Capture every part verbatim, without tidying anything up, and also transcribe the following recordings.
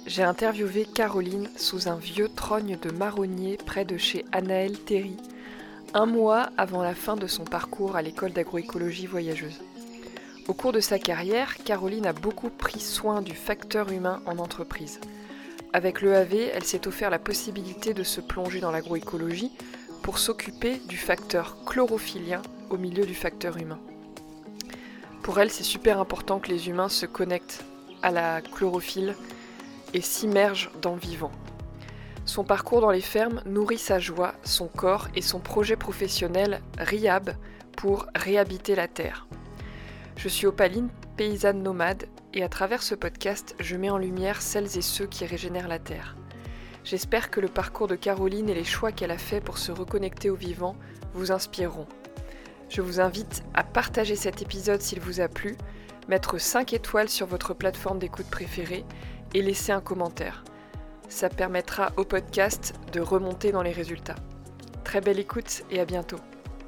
j'ai interviewé Caroline sous un vieux trogne de marronnier près de chez Anaëlle Théry, un mois avant la fin de son parcours à l'école d'agroécologie voyageuse. Au cours de sa carrière, Caroline a beaucoup pris soin du facteur humain en entreprise. Avec l'E A V, elle s'est offert la possibilité de se plonger dans l'agroécologie pour s'occuper du facteur chlorophylien au milieu du facteur humain. Pour elle, c'est super important que les humains se connectent à la chlorophylle et s'immergent dans le vivant. Son parcours dans les fermes nourrit sa joie, son corps et son projet professionnel RIHAB pour réhabiter la terre. Je suis Opaline, paysanne nomade, et à travers ce podcast, je mets en lumière celles et ceux qui régénèrent la terre. J'espère que le parcours de Caroline et les choix qu'elle a faits pour se reconnecter au vivant vous inspireront. Je vous invite à partager cet épisode s'il vous a plu, mettre cinq étoiles sur votre plateforme d'écoute préférée et laisser un commentaire. Ça permettra au podcast de remonter dans les résultats. Très belle écoute et à bientôt.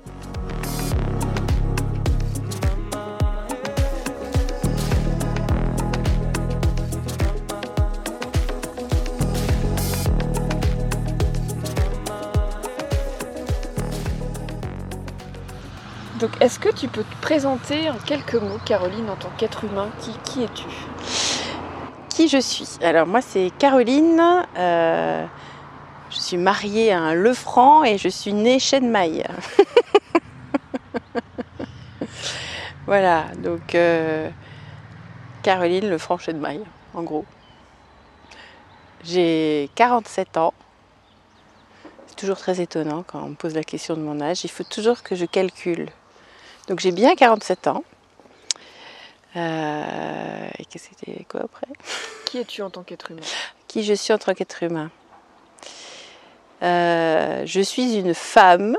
Donc, est-ce que tu peux te présenter en quelques mots, Caroline, en tant qu'être humain? Qui, qui es-tu? Qui je suis? Alors, moi, c'est Caroline. Euh, je suis mariée à un Lefranc et je suis née Chêne-Maille. Voilà, donc euh, Caroline Lefranc Chêne-Maille, en gros. J'ai quarante-sept ans. C'est toujours très étonnant quand on me pose la question de mon âge. Il faut toujours que je calcule. Donc j'ai bien quarante-sept ans. Euh, et qu'est-ce que c'était quoi après? Qui es-tu en tant qu'être humain? Qui je suis en tant qu'être humain? euh, Je suis une femme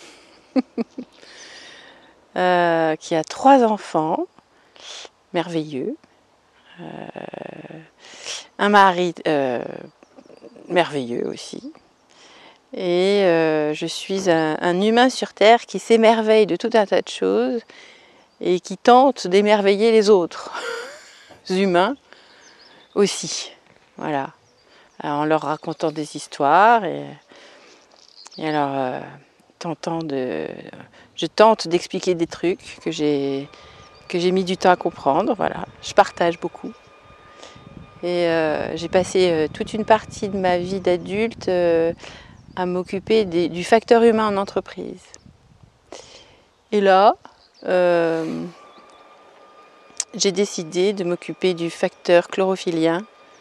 euh, qui a trois enfants merveilleux, euh, un mari euh, merveilleux aussi. Et euh, je suis un, un humain sur Terre qui s'émerveille de tout un tas de choses et qui tente d'émerveiller les autres humains aussi. Voilà. Alors, en leur racontant des histoires et, et alors euh, tentant de, je tente d'expliquer des trucs que j'ai que j'ai mis du temps à comprendre. Voilà. Je partage beaucoup. Et euh, j'ai passé euh, toute une partie de ma vie d'adulte euh, à m'occuper des, du facteur humain en entreprise. Et là, euh, j'ai décidé de m'occuper du facteur chlorophylien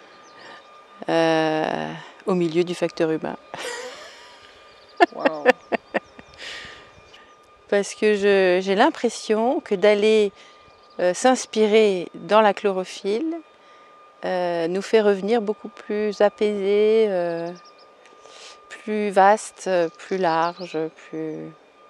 euh, au milieu du facteur humain. Wow. Parce que je, j'ai l'impression que d'aller euh, s'inspirer dans la chlorophylle euh, nous fait revenir beaucoup plus apaisés, euh, plus vaste, plus large, plus,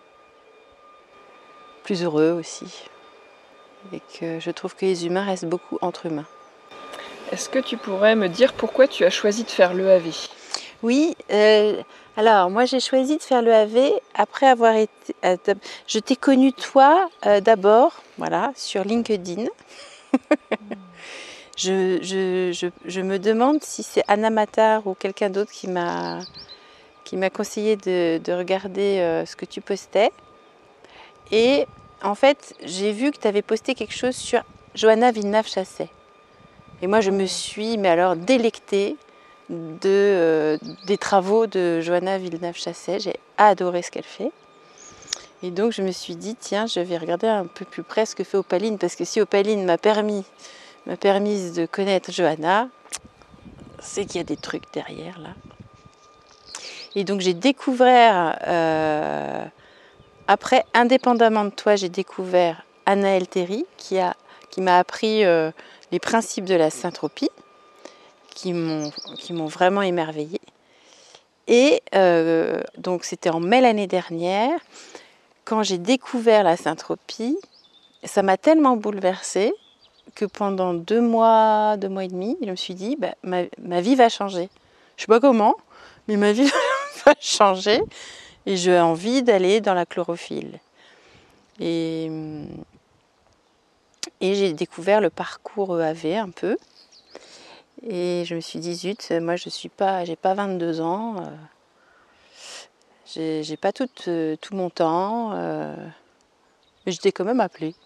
plus heureux aussi. Et que je trouve que les humains restent beaucoup entre humains. Est-ce que tu pourrais me dire pourquoi tu as choisi de faire l'E A V? Oui, euh, alors moi j'ai choisi de faire l'E A V après avoir été... Euh, je t'ai connue toi euh, d'abord, voilà, sur LinkedIn. mmh. je, je, je, je me demande si c'est Anna Matar ou quelqu'un d'autre qui m'a... qui m'a conseillé de, de regarder euh, ce que tu postais. Et en fait, j'ai vu que tu avais posté quelque chose sur Johanna Villeneuve-Chasset. Et moi, je me suis, mais alors, délectée de, euh, des travaux de Johanna Villeneuve-Chasset. J'ai adoré ce qu'elle fait. Et donc, je me suis dit, tiens, je vais regarder un peu plus près ce que fait Opaline. Parce que si Opaline m'a permis, m'a permis de connaître Johanna, c'est qu'il y a des trucs derrière, là. Et donc j'ai découvert, euh, après, indépendamment de toi, j'ai découvert Anaëlle Théry qui, a, qui m'a appris euh, les principes de la syntropie, qui m'ont, qui m'ont vraiment émerveillée. Et euh, donc c'était en mai l'année dernière, quand j'ai découvert la syntropie, ça m'a tellement bouleversée que pendant deux mois, deux mois et demi, je me suis dit, bah, ma, ma vie va changer. Je ne sais pas comment, mais ma vie va changer et j'ai envie d'aller dans la chlorophylle. Et, et j'ai découvert le parcours E A V un peu. Et je me suis dit, zut, moi je suis pas, j'ai pas vingt-deux ans, euh, j'ai, j'ai pas tout, euh, tout mon temps, euh, mais je t'ai quand même appelé.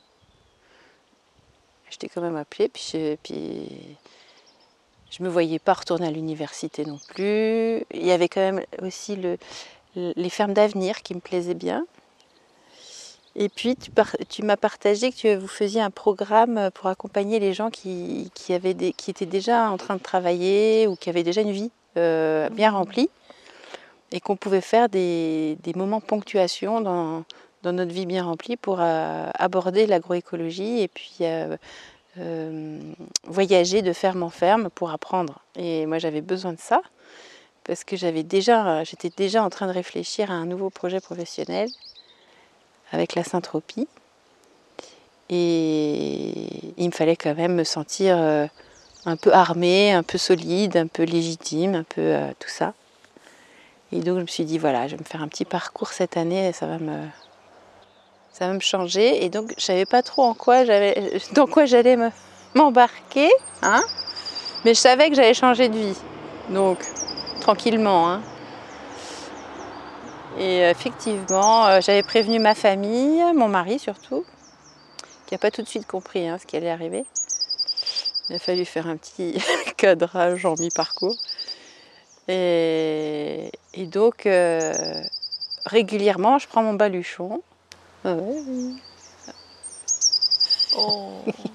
Je t'ai quand même appelé, puis je, puis je me voyais pas retourner à l'université non plus. Il y avait quand même aussi le, le- les fermes d'avenir qui me plaisaient bien. Et puis tu, par- tu m'as partagé que tu, vous faisiez un programme pour accompagner les gens qui, qui, avaient des, qui étaient déjà en train de travailler ou qui avaient déjà une vie euh, bien remplie et qu'on pouvait faire des, des moments ponctuation dans, dans notre vie bien remplie pour euh, aborder l'agroécologie et puis euh, euh, voyager de ferme en ferme pour apprendre. Et moi j'avais besoin de ça parce que j'avais déjà, j'étais déjà en train de réfléchir à un nouveau projet professionnel avec la Syntropie. Et il me fallait quand même me sentir euh, un peu armée, un peu solide, un peu légitime, un peu euh, tout ça. Et donc je me suis dit voilà, je vais me faire un petit parcours cette année, et ça va me, ça va me changer. Et donc je savais pas trop en quoi j'avais, dans quoi j'allais me, m'embarquer, hein, mais je savais que j'allais changer de vie. Donc tranquillement, hein. Et effectivement, euh, j'avais prévenu ma famille, mon mari surtout, qui n'a pas tout de suite compris hein, ce qui allait arriver. Il a fallu faire un petit cadrage en mi-parcours. Et, et donc, euh, régulièrement, je prends mon baluchon. Ah ouais, oui. Oh.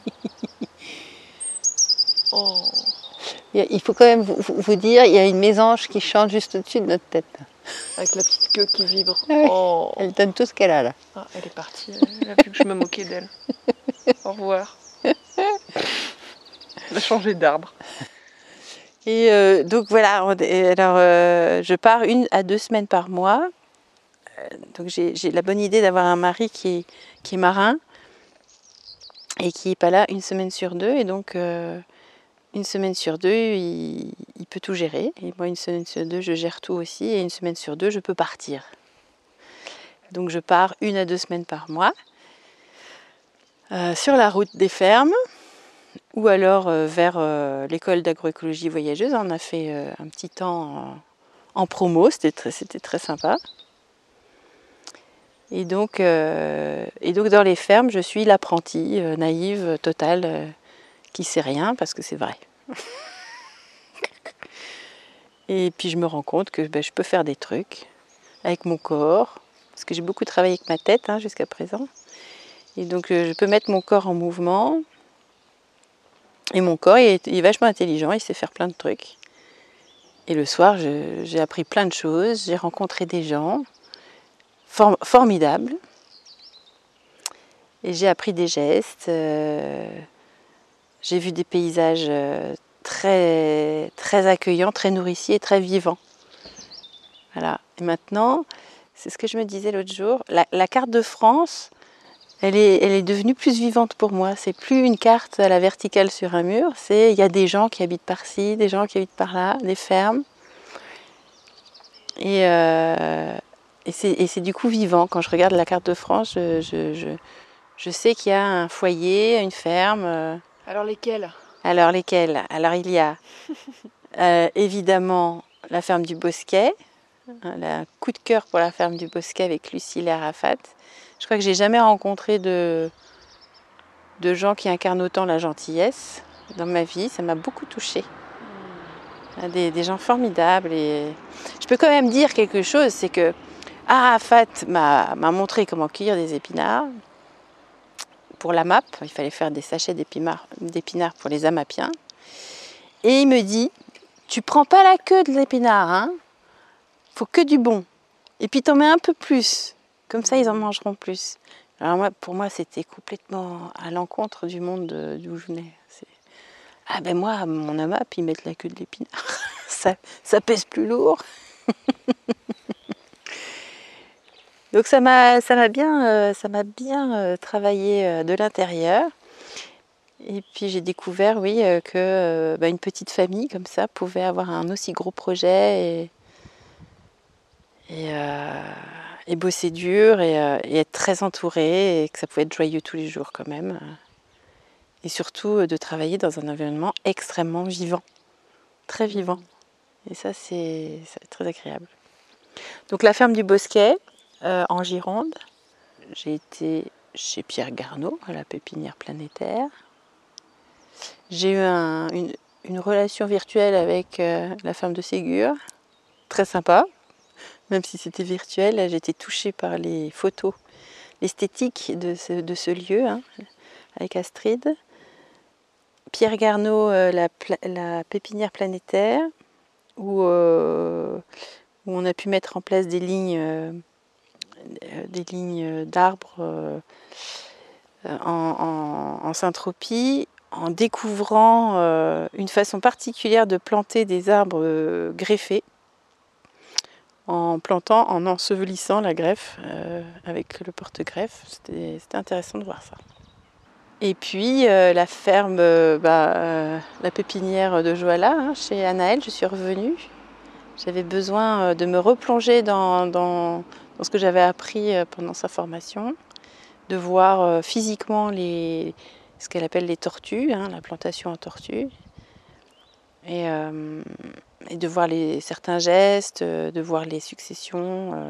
Oh. Il faut quand même vous, vous dire, il y a une mésange qui chante juste au-dessus de notre tête. Avec la petite queue qui vibre. Ah ouais. Oh. Elle donne tout ce qu'elle a là. Ah, elle est partie. Elle a vu que je me moquais d'elle. Au revoir. Elle a changé d'arbre. Et euh, donc voilà, alors euh, je pars une à deux semaines par mois. Donc j'ai, j'ai la bonne idée d'avoir un mari qui est, qui est marin et qui n'est pas là une semaine sur deux. Et donc euh, une semaine sur deux, il, il peut tout gérer. Et moi, une semaine sur deux, je gère tout aussi. Et une semaine sur deux, je peux partir. Donc je pars une à deux semaines par mois euh, sur la route des fermes ou alors euh, vers euh, l'école d'agroécologie voyageuse. On a fait euh, un petit temps en, en promo, c'était très, c'était très sympa. Et donc, euh, et donc dans les fermes, je suis l'apprentie euh, naïve, totale, euh, qui sait rien, parce que c'est vrai. Et puis je me rends compte que ben, je peux faire des trucs avec mon corps, parce que j'ai beaucoup travaillé avec ma tête hein, jusqu'à présent. Et donc euh, je peux mettre mon corps en mouvement. Et mon corps il est, il est vachement intelligent, il sait faire plein de trucs. Et le soir, je, j'ai appris plein de choses, j'ai rencontré des gens for- formidables. Et j'ai appris des gestes, euh, j'ai vu des paysages euh, très, très accueillants, très nourriciers, très vivants. Voilà. Et maintenant, c'est ce que je me disais l'autre jour, la, la carte de France, elle est, elle est devenue plus vivante pour moi. C'est plus une carte à la verticale sur un mur, c'est il y a des gens qui habitent par-ci, des gens qui habitent par-là, des fermes. Et, euh, et, c'est, et c'est du coup vivant. Quand je regarde la carte de France, je, je, je, je sais qu'il y a un foyer, une ferme. Euh, Alors lesquels? Alors lesquels? Alors il y a euh, évidemment la ferme du Bosquet, un coup de cœur pour la ferme du Bosquet avec Lucille et Arafat. Je crois que j'ai jamais rencontré de, de gens qui incarnent autant la gentillesse dans ma vie, ça m'a beaucoup touchée. Des, des gens formidables et je peux quand même dire quelque chose, c'est que Arafat m'a, m'a montré comment cueillir des épinards. Pour la M A P, il fallait faire des sachets d'épinards, d'épinards pour les amapiens. Et il me dit, tu prends pas la queue de l'épinard, hein, faut que du bon. Et puis t'en mets un peu plus, comme ça ils en mangeront plus. Alors moi, pour moi, c'était complètement à l'encontre du monde d'où je venais. C'est... Ah ben moi, mon A M A P, ils mettent la queue de l'épinard. ça, ça pèse plus lourd. Donc ça m'a, ça m'a bien, euh, ça m'a bien euh, travaillé euh, de l'intérieur. Et puis j'ai découvert, oui, euh, que euh, bah, une petite famille comme ça pouvait avoir un aussi gros projet et, et, euh, et bosser dur et, euh, et être très entouré et que ça pouvait être joyeux tous les jours quand même. Et surtout euh, de travailler dans un environnement extrêmement vivant. très vivant. Et ça, c'est très agréable. Donc la ferme du Bosquet, euh, en Gironde, j'ai été chez Pierre Garnaud, à la pépinière planétaire. J'ai eu un, une, une relation virtuelle avec euh, la ferme de Ségur, très sympa, même si c'était virtuel. J'ai été touchée par les photos, l'esthétique de ce, de ce lieu, hein, avec Astrid. Pierre Garnaud, euh, la, la pépinière planétaire, où, euh, où on a pu mettre en place des lignes, euh, des lignes d'arbres euh, en, en, en syntropie, en découvrant euh, une façon particulière de planter des arbres euh, greffés, en plantant, en ensevelissant la greffe euh, avec le porte-greffe. C'était intéressant de voir ça. Et puis euh, la ferme, euh, bah, euh, la pépinière de Joala, hein, chez Anaël, je suis revenue. J'avais besoin de me replonger dans, dans, dans ce que j'avais appris pendant sa formation, de voir euh, physiquement les, ce qu'elle appelle les tortues, hein, la plantation en tortue, et, euh, et de voir les, certains gestes, de voir les successions. Euh,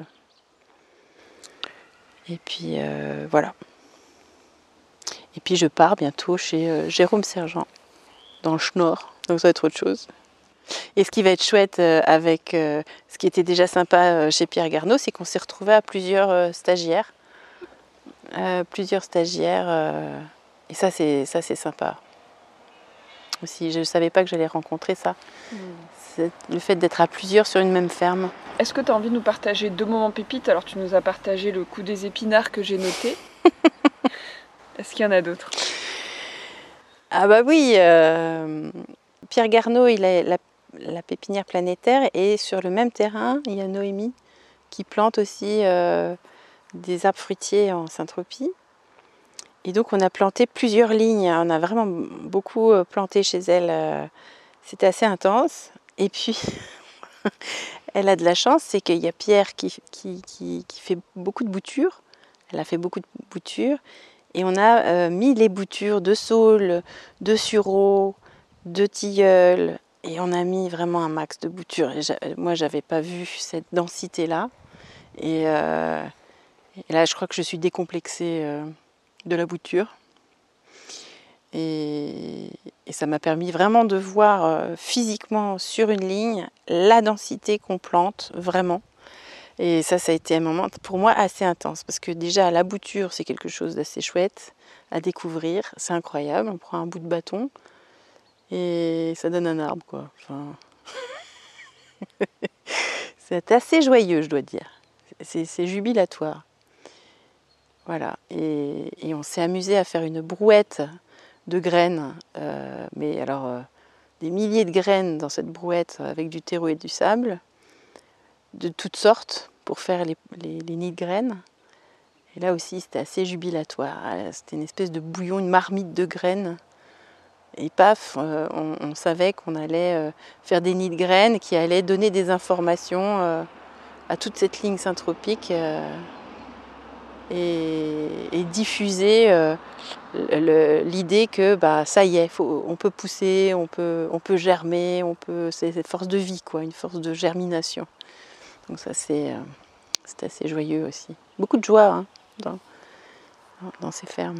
et puis euh, voilà. Et puis je pars bientôt chez euh, Jérôme Sergent, dans le Schnorr, donc ça va être autre chose. Et ce qui va être chouette euh, avec euh, ce qui était déjà sympa euh, chez Pierre Garnaud, c'est qu'on s'est retrouvés à plusieurs euh, stagiaires. Euh, plusieurs stagiaires. Euh, et ça, c'est ça c'est sympa. Aussi, je ne savais pas que j'allais rencontrer ça. Mmh. Le fait d'être à plusieurs sur une même ferme. Est-ce que tu as envie de nous partager deux moments pépites? Alors tu nous as partagé le coup des épinards que j'ai noté. Est-ce qu'il y en a d'autres? Ah bah oui, euh, Pierre Garnaud, il a la, la pépinière planétaire, et sur le même terrain, il y a Noémie qui plante aussi euh, des arbres fruitiers en syntropie. Et donc on a planté plusieurs lignes, on a vraiment beaucoup planté chez elle, c'était assez intense. Et puis elle a de la chance, c'est qu'il y a Pierre qui, qui, qui, qui fait beaucoup de boutures, elle a fait beaucoup de boutures, et on a euh, mis les boutures de saule, de sureau, de tilleul, et on a mis vraiment un max de boutures. Et moi j'avais pas vu cette densité-là, et, euh, et là je crois que je suis décomplexée euh, de la bouture. Et, et ça m'a permis vraiment de voir euh, physiquement sur une ligne la densité qu'on plante vraiment. Et ça, ça a été un moment pour moi assez intense, parce que déjà la bouture, c'est quelque chose d'assez chouette à découvrir, c'est incroyable, on prend un bout de bâton et ça donne un arbre, quoi. Enfin... c'est assez joyeux, je dois dire, c'est jubilatoire. Voilà, et, et on s'est amusé à faire une brouette de graines, euh, mais alors euh, des milliers de graines dans cette brouette avec du terreau et du sable, de toutes sortes, pour faire les, les, les nids de graines. Et là aussi, c'était assez jubilatoire. C'était une espèce de bouillon, une marmite de graines. Et paf, euh, on, on savait qu'on allait euh, faire des nids de graines qui allaient donner des informations euh, à toute cette ligne syntropique euh, et, et diffuser euh, l'idée que bah, ça y est, faut, on peut pousser, on peut, on peut germer, on peut, c'est cette force de vie, quoi, une force de germination. Donc ça, c'est euh, assez joyeux aussi. Beaucoup de joie hein, dans, dans ces fermes.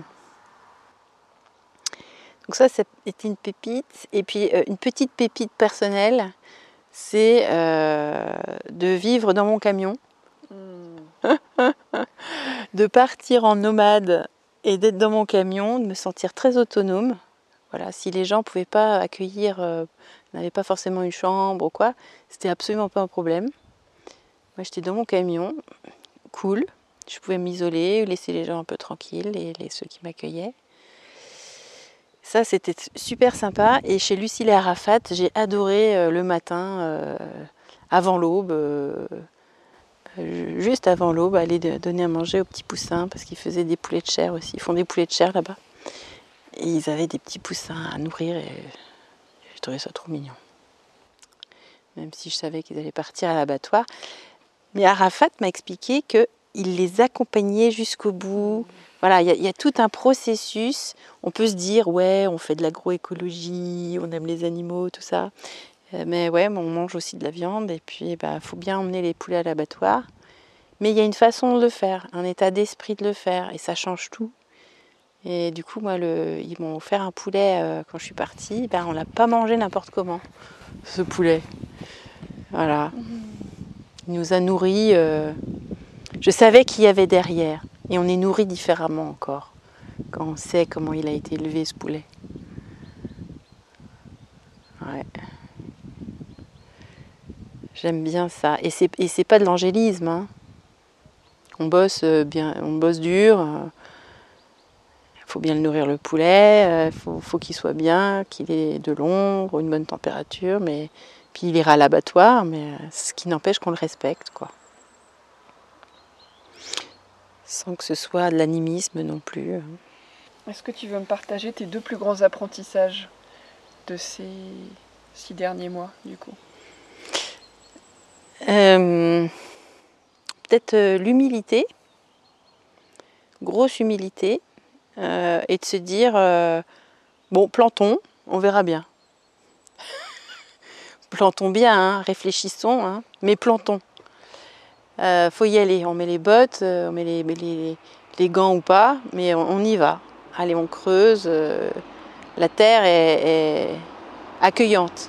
Donc ça, c'était une pépite. Et puis euh, une petite pépite personnelle, c'est euh, de vivre dans mon camion, mmh. de partir en nomade et d'être dans mon camion, de me sentir très autonome. Voilà, si les gens ne pouvaient pas accueillir, euh, n'avaient pas forcément une chambre ou quoi, c'était absolument pas un problème. Moi, j'étais dans mon camion, cool. Je pouvais m'isoler, laisser les gens un peu tranquilles et les, ceux qui m'accueillaient. Ça, c'était super sympa. Et chez Lucille et Arafat, j'ai adoré euh, le matin, euh, avant l'aube, euh, juste avant l'aube, aller de, donner à manger aux petits poussins parce qu'ils faisaient des poulets de chair aussi. Ils font des poulets de chair là-bas. Et ils avaient des petits poussins à nourrir et j'ai trouvé ça trop mignon. Même si je savais qu'ils allaient partir à l'abattoir. Mais Arafat m'a expliqué qu'il les accompagnait jusqu'au bout. Voilà, il y, y a tout un processus. On peut se dire, ouais, on fait de l'agroécologie, on aime les animaux, tout ça. Euh, mais ouais, on mange aussi de la viande et puis il bah, faut bien emmener les poulets à l'abattoir. Mais il y a une façon de le faire, un état d'esprit de le faire et ça change tout. Et du coup, moi, le, ils m'ont offert un poulet euh, quand je suis partie. Ben, on l'a pas mangé n'importe comment, ce poulet. Voilà. Il nous a nourris. Euh... Je savais qu'il y avait derrière. Et on est nourri différemment encore quand on sait comment il a été élevé, ce poulet. Ouais. J'aime bien ça. Et c'est, et c'est pas de l'angélisme. Hein. On bosse bien, on bosse dur. Il faut bien le nourrir le poulet. Il faut, faut qu'il soit bien, qu'il ait de l'ombre, une bonne température. Mais puis il ira à l'abattoir, mais ce qui n'empêche qu'on le respecte, quoi. Sans que ce soit de l'animisme non plus. Est-ce que tu veux me partager tes deux plus grands apprentissages de ces six derniers mois, du coup? euh, Peut-être euh, l'humilité, grosse humilité, euh, et de se dire, euh, bon, plantons, on verra bien. Plantons bien, hein, réfléchissons, hein, mais plantons. Euh, faut y aller, on met les bottes, on met les, les, les gants ou pas, mais on, on y va. Allez, on creuse. Euh, la terre est, est accueillante.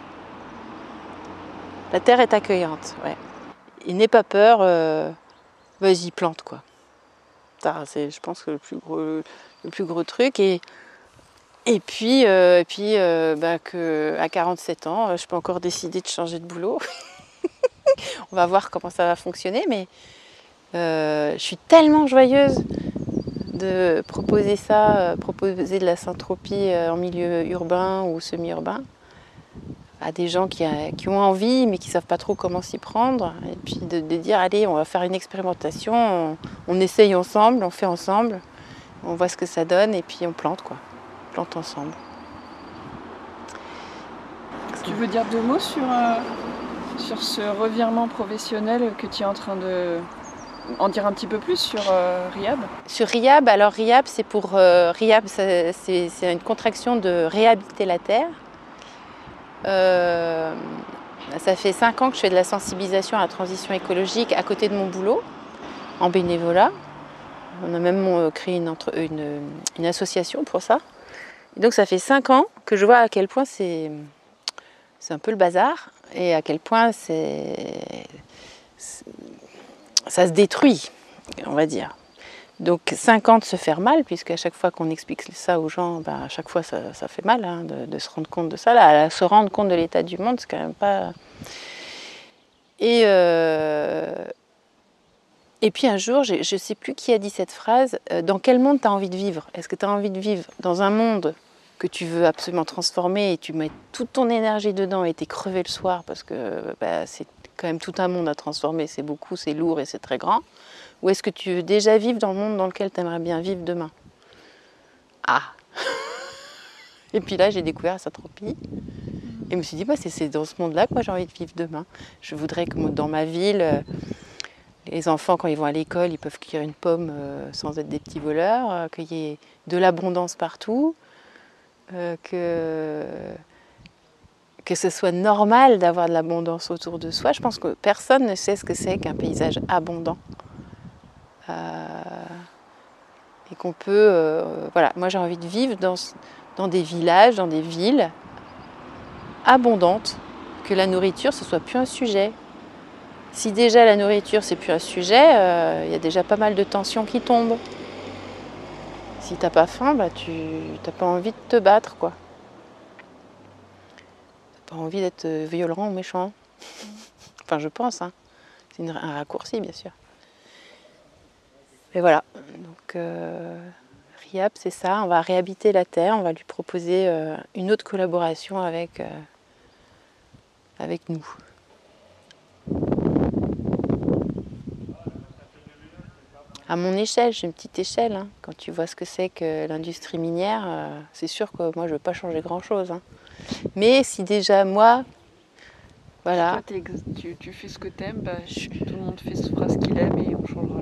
La terre est accueillante, ouais. Et n'aie pas peur, euh, vas-y, plante, quoi. Ça, c'est, je pense que le plus gros, le plus gros truc. Et, et puis, euh, et puis euh, bah, que, à quarante-sept ans, je peux encore décider de changer de boulot. On va voir comment ça va fonctionner, mais euh, je suis tellement joyeuse de proposer ça, euh, proposer de la syntropie euh, en milieu urbain ou semi-urbain à des gens qui, a, qui ont envie mais qui ne savent pas trop comment s'y prendre. Et puis de, de dire, allez, on va faire une expérimentation, on, on essaye ensemble, on fait ensemble, on voit ce que ça donne et puis on plante, quoi. On plante ensemble. Tu veux dire deux mots sur, euh, sur ce revirement professionnel que tu es en train de... En dire un petit peu plus sur euh, Riab? Sur Riab, alors Riab, c'est pour... Euh, Riab, c'est, c'est, c'est une contraction de réhabiter la terre. Euh, ça fait cinq ans que je fais de la sensibilisation à la transition écologique à côté de mon boulot, en bénévolat. On a même créé une, entre, une, une association pour ça. Et donc ça fait cinq ans que je vois à quel point c'est, c'est un peu le bazar et à quel point c'est, c'est, ça se détruit, on va dire. Donc cinq ans de se faire mal, puisque à chaque fois qu'on explique ça aux gens, ben, à chaque fois ça, ça fait mal hein, de, de se rendre compte de ça. Là, se rendre compte de l'état du monde, c'est quand même pas... Et, euh... Et puis un jour, je ne sais plus qui a dit cette phrase, euh, dans quel monde tu as envie de vivre? Est-ce que tu as envie de vivre dans un monde que tu veux absolument transformer et tu mets toute ton énergie dedans et tu es crevé le soir parce que bah, c'est quand même tout un monde à transformer, c'est beaucoup, c'est lourd et c'est très grand. Ou est-ce que tu veux déjà vivre dans le monde dans lequel tu aimerais bien vivre demain? Ah. Et puis là, j'ai découvert la syntropie. Et je me suis dit, bah, c'est, c'est dans ce monde-là que moi j'ai envie de vivre demain. Je voudrais que dans ma ville, euh, les enfants, quand ils vont à l'école, ils peuvent cueillir une pomme euh, sans être des petits voleurs, euh, qu'il y ait de l'abondance partout, euh, que, que ce soit normal d'avoir de l'abondance autour de soi. Je pense que personne ne sait ce que c'est qu'un paysage abondant. Euh, et qu'on peut... Euh, voilà, moi j'ai envie de vivre dans, dans des villages, dans des villes abondantes, que la nourriture, ce soit plus un sujet. Si déjà la nourriture, c'est plus un sujet, il euh, y a déjà pas mal de tensions qui tombent. Si t'as pas faim, bah, tu n'as pas envie de te battre, quoi. T'as pas envie d'être violent ou méchant. Enfin, je pense, hein. C'est une, un raccourci, bien sûr. Et voilà, donc euh, Riab, c'est ça, on va réhabiter la terre, on va lui proposer euh, une autre collaboration avec, euh, avec nous. À mon échelle, j'ai une petite échelle, hein. Quand tu vois ce que c'est que l'industrie minière, euh, c'est sûr que moi je ne veux pas changer grand-chose. Hein. Mais si déjà moi, voilà. Si toi, tu, tu fais ce que t'aimes, bah, je, tout le monde fait, fera ce qu'il aime et on changera.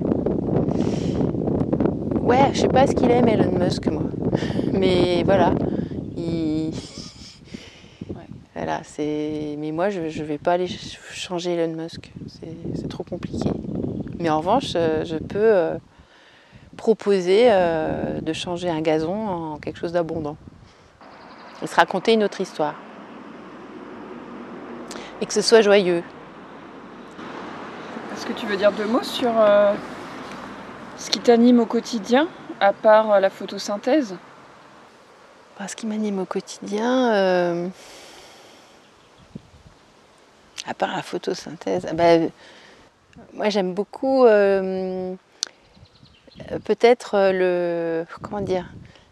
Ouais, je sais pas ce qu'il aime Elon Musk, moi. Mais voilà, il... Ouais. Voilà, Voilà, c'est... Mais moi, je ne vais pas aller changer Elon Musk. C'est trop compliqué. Mais en revanche, je peux euh, proposer euh, de changer un gazon en quelque chose d'abondant. Et se raconter une autre histoire. Et que ce soit joyeux. Est-ce que tu veux dire deux mots sur euh, ce qui t'anime au quotidien, à part euh, la photosynthèse? Bah, ce qui m'anime au quotidien, euh, à part la photosynthèse, bah, moi j'aime beaucoup euh, peut-être le... comment dire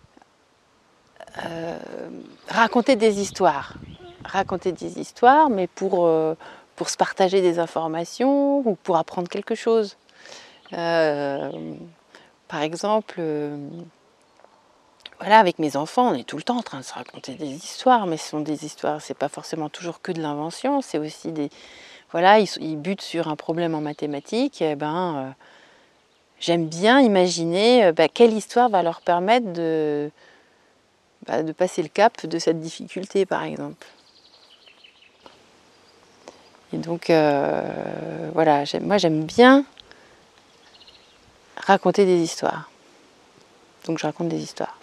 euh, raconter des histoires. Raconter des histoires, mais pour, euh, pour se partager des informations ou pour apprendre quelque chose. Euh, par exemple... Euh, Voilà, avec mes enfants, on est tout le temps en train de se raconter des histoires, mais ce sont des histoires, c'est pas forcément toujours que de l'invention, c'est aussi des... Voilà, ils, ils butent sur un problème en mathématiques, et ben, euh, j'aime bien imaginer euh, bah, quelle histoire va leur permettre de, bah, de passer le cap de cette difficulté, par exemple. Et donc, euh, voilà, moi j'aime bien raconter des histoires. Donc je raconte des histoires.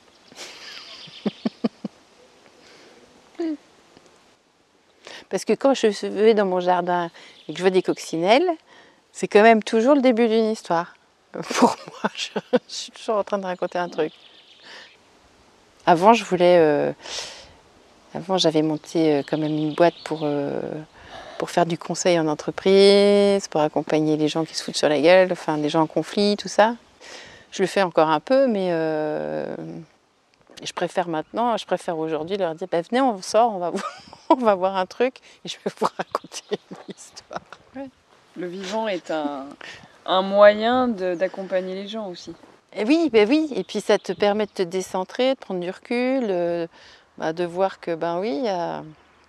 Parce que quand je vais dans mon jardin et que je vois des coccinelles, c'est quand même toujours le début d'une histoire. Pour moi, je, je suis toujours en train de raconter un truc. Avant, je voulais... Euh, avant, j'avais monté euh, quand même une boîte pour, euh, pour faire du conseil en entreprise, pour accompagner les gens qui se foutent sur la gueule, enfin, des gens en conflit, tout ça. Je le fais encore un peu, mais... Euh, je préfère maintenant, je préfère aujourd'hui leur dire bah, venez, on sort, on va, on va voir un truc et je vais vous raconter une histoire. Ouais. Le vivant est un, un moyen d'accompagner les gens aussi. Et oui, bah oui, et puis ça te permet de te décentrer, de prendre du recul, euh, bah, de voir que ben oui, euh,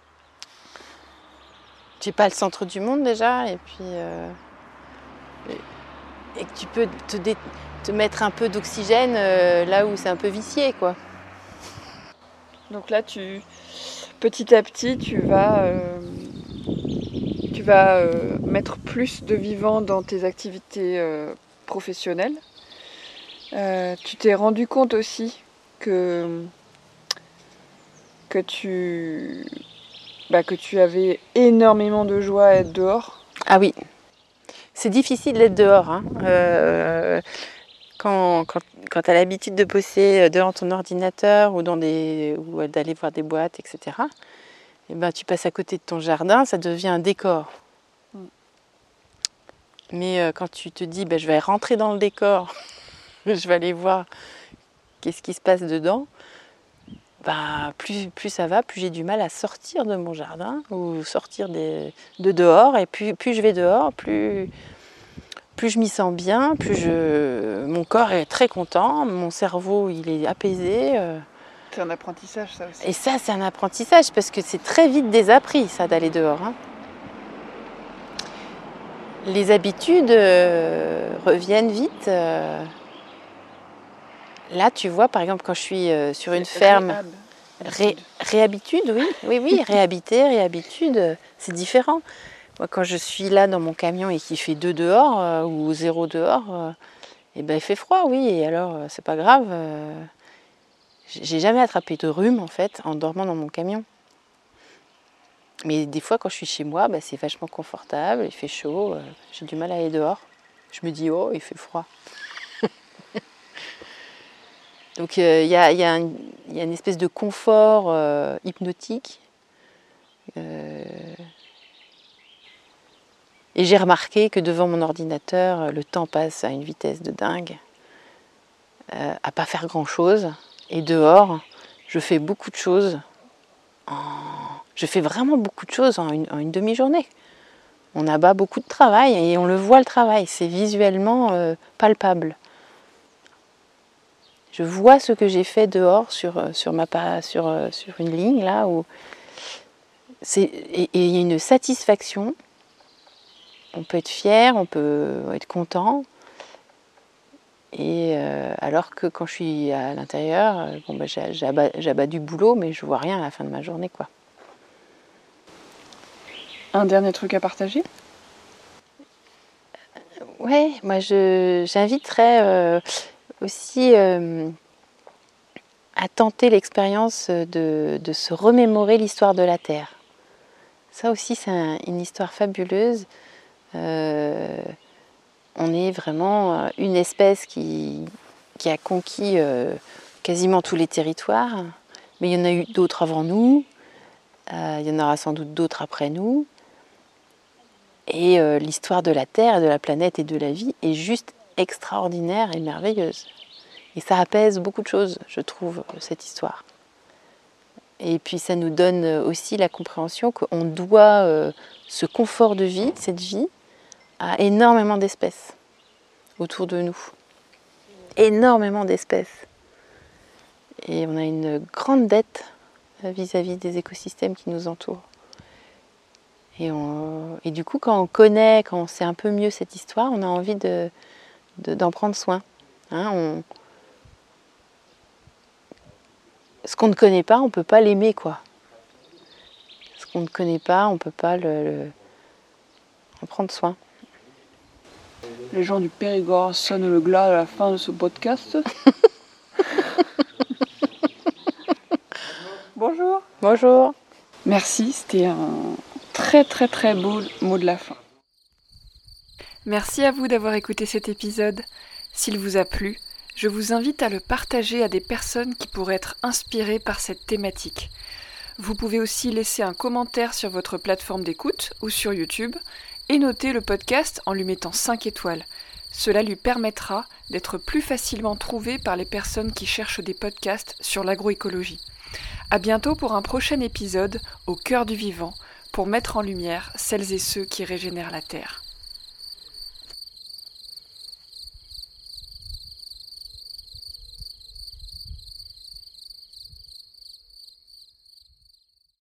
tu n'es pas le centre du monde déjà, et puis euh, et, et que tu peux te, dé, te mettre un peu d'oxygène euh, là où c'est un peu vicié, quoi. Donc là, tu, petit à petit, tu vas, euh, tu vas euh, mettre plus de vivant dans tes activités euh, professionnelles. Euh, tu t'es rendu compte aussi que, que, tu, bah, que tu avais énormément de joie à être dehors. Ah oui, c'est difficile d'être dehors. Hein. Euh, quand quand, quand tu as l'habitude de bosser devant ton ordinateur ou, dans des, ou d'aller voir des boîtes, et cetera, et ben, tu passes à côté de ton jardin, ça devient un décor. Mm. Mais euh, quand tu te dis, ben, je vais rentrer dans le décor, je vais aller voir qu'est-ce qui se passe dedans, ben, plus, plus ça va, plus j'ai du mal à sortir de mon jardin ou sortir des, de dehors. Et plus, plus je vais dehors, plus, plus je m'y sens bien, plus je, mon corps est très content, mon cerveau il est apaisé. Euh, C'est un apprentissage, ça aussi. Et ça, c'est un apprentissage, parce que c'est très vite désappris, ça, d'aller dehors. Hein. Les habitudes euh, reviennent vite. Euh... Là, tu vois, par exemple, quand je suis euh, sur une ferme... Ré, réhabitude, oui, oui, oui, réhabiter, réhabitude, c'est différent. Moi, quand je suis là dans mon camion et qu'il fait deux dehors euh, ou zéro dehors, euh, et ben, il fait froid, oui, et alors, euh, c'est pas grave. Euh... J'ai jamais attrapé de rhume, en fait, en dormant dans mon camion. Mais des fois, quand je suis chez moi, bah, c'est vachement confortable, il fait chaud, euh, j'ai du mal à aller dehors. Je me dis, oh, il fait froid. Donc, il euh, y, y, y a une espèce de confort euh, hypnotique. Euh... Et j'ai remarqué que devant mon ordinateur, le temps passe à une vitesse de dingue, euh, à pas faire grand-chose. Et dehors, je fais beaucoup de choses. En... Je fais vraiment beaucoup de choses en une, en une demi-journée. On abat beaucoup de travail et on le voit le travail, c'est visuellement euh, palpable. Je vois ce que j'ai fait dehors sur, sur, ma, sur, sur une ligne là où et il y a une satisfaction. On peut être fier, on peut être content. Et euh, alors que quand je suis à l'intérieur, bon, bah, j'abats, j'abats du boulot, mais je vois rien à la fin de ma journée, quoi. Un dernier truc à partager ? Ouais, moi je, j'inviterais euh, aussi euh, à tenter l'expérience de, de se remémorer l'histoire de la Terre. Ça aussi c'est un, une histoire fabuleuse. Euh, on est vraiment une espèce qui, qui a conquis euh, quasiment tous les territoires, mais il y en a eu d'autres avant nous, euh, il y en aura sans doute d'autres après nous. Et euh, l'histoire de la Terre, et de la planète et de la vie est juste extraordinaire et merveilleuse. Et ça apaise beaucoup de choses, je trouve, cette histoire. Et puis ça nous donne aussi la compréhension qu'on doit euh, ce confort de vie, cette vie, à énormément d'espèces autour de nous. Énormément d'espèces. Et on a une grande dette vis-à-vis des écosystèmes qui nous entourent. Et, on, et du coup, quand on connaît, quand on sait un peu mieux cette histoire, on a envie de, de, d'en prendre soin. Hein, on, ce qu'on ne connaît pas, on ne peut pas l'aimer, quoi. Ce qu'on ne connaît pas, on ne peut pas le, le, en prendre soin. Les gens du Périgord sonnent le glas à la fin de ce podcast. Bonjour. Bonjour. Merci, c'était un très très très beau mot de la fin. Merci à vous d'avoir écouté cet épisode. S'il vous a plu, je vous invite à le partager à des personnes qui pourraient être inspirées par cette thématique. Vous pouvez aussi laisser un commentaire sur votre plateforme d'écoute ou sur YouTube et noter le podcast en lui mettant cinq étoiles. Cela lui permettra d'être plus facilement trouvé par les personnes qui cherchent des podcasts sur l'agroécologie. À bientôt pour un prochain épisode au cœur du vivant pour mettre en lumière celles et ceux qui régénèrent la Terre.